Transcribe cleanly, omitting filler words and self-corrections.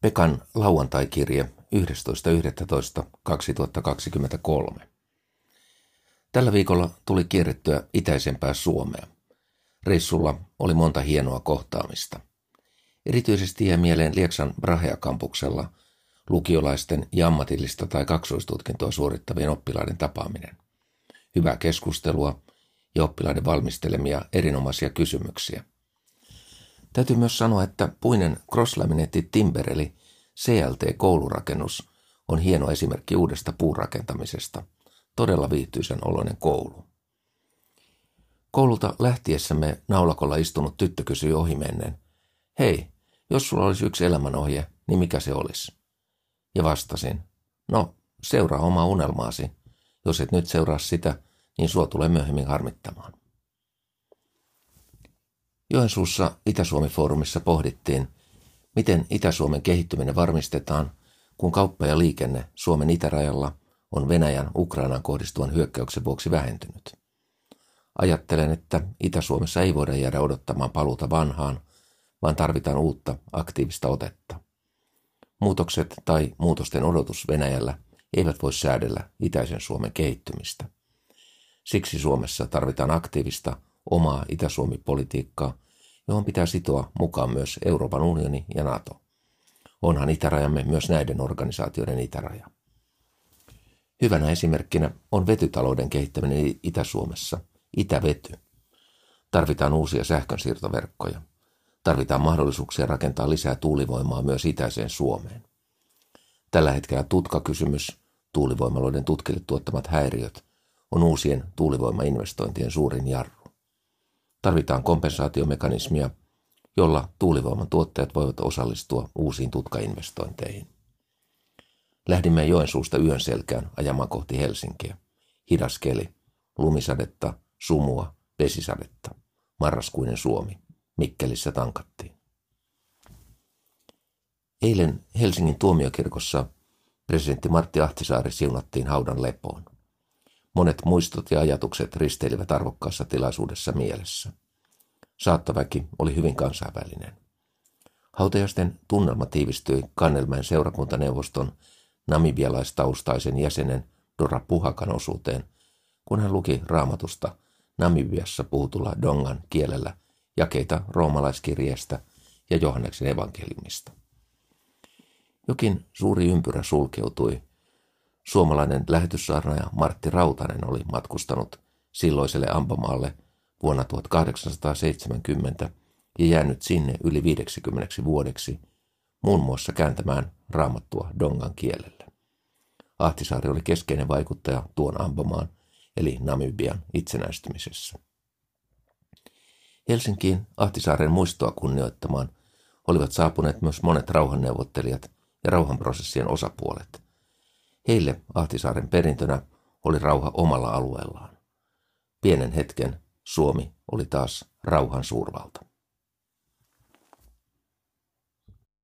Pekan lauantai-kirje 11.11.2023. Tällä viikolla tuli kierrettyä itäisempää Suomea. Reissulla oli monta hienoa kohtaamista. Erityisesti jäi mieleen Lieksan Brahea-kampuksella lukiolaisten ja ammatillista tai kaksoistutkintoa suorittavien oppilaiden tapaaminen. Hyvää keskustelua ja oppilaiden valmistelemia erinomaisia kysymyksiä. Täytyy myös sanoa, että puinen Crosslaminated Timber eli CLT-koulurakennus on hieno esimerkki uudesta puurakentamisesta. Todella viihtyisän oloinen koulu. Koululta lähtiessämme naulakolla istunut tyttö kysyi ohimennen, hei, jos sulla olisi yksi elämänohje, niin mikä se olisi? Ja vastasin, no, seuraa omaa unelmaasi. Jos et nyt seuraa sitä, niin sua tulee myöhemmin harmittamaan. Joensuussa Itä-Suomi-foorumissa pohdittiin, miten Itä-Suomen kehittyminen varmistetaan, kun kauppa ja liikenne Suomen itärajalla on Venäjän Ukrainaan kohdistuvan hyökkäyksen vuoksi vähentynyt. Ajattelen, että Itä-Suomessa ei voida jäädä odottamaan paluuta vanhaan, vaan tarvitaan uutta aktiivista otetta. Muutokset tai muutosten odotus Venäjällä eivät voi säädellä itäisen Suomen kehittymistä. Siksi Suomessa tarvitaan aktiivista omaa Itä-Suomi-politiikkaa, johon pitää sitoa mukaan myös Euroopan unioni ja NATO. Onhan itärajamme myös näiden organisaatioiden itäraja. Hyvänä esimerkkinä on vetytalouden kehittäminen Itä-Suomessa, Itävety. Tarvitaan uusia sähkönsiirtoverkkoja. Tarvitaan mahdollisuuksia rakentaa lisää tuulivoimaa myös itäiseen Suomeen. Tällä hetkellä tutkakysymys, tuulivoimaloiden tutkille tuottamat häiriöt, on uusien tuulivoimainvestointien suurin jarru. Tarvitaan kompensaatiomekanismia, jolla tuulivoiman tuottajat voivat osallistua uusiin tutkainvestointeihin. Lähdimme Joensuusta yön selkään ajamaan kohti Helsinkiä. Hidas keli, lumisadetta, sumua, vesisadetta. Marraskuinen Suomi. Mikkelissä tankattiin. Eilen Helsingin tuomiokirkossa presidentti Martti Ahtisaari siunattiin haudan lepoon. Monet muistot ja ajatukset risteilivät arvokkaassa tilaisuudessa mielessä. Saattoväki oli hyvin kansainvälinen. Hautajaisten tunnelma tiivistyi Kannelmäen seurakuntaneuvoston namibialaistaustaisen jäsenen Dora Puhakan osuuteen, kun hän luki Raamatusta Namibiassa puhutulla dongan kielellä jakeita roomalaiskirjeestä ja Johanneksen evankeliumista. Jokin suuri ympyrä sulkeutui. Suomalainen lähetyssaarnaaja Martti Rautanen oli matkustanut silloiselle ampomaalle vuonna 1870 ja jäänyt sinne yli 50 vuodeksi, muun muassa kääntämään Raamattua dongan kielellä. Ahtisaari oli keskeinen vaikuttaja tuon ampomaan, eli Namibian itsenäistymisessä. Helsinkiin Ahtisaaren muistoa kunnioittamaan olivat saapuneet myös monet rauhanneuvottelijat ja rauhanprosessien osapuolet. Heille Ahtisaaren perintönä oli rauha omalla alueellaan. Pienen hetken Suomi oli taas rauhan suurvalta.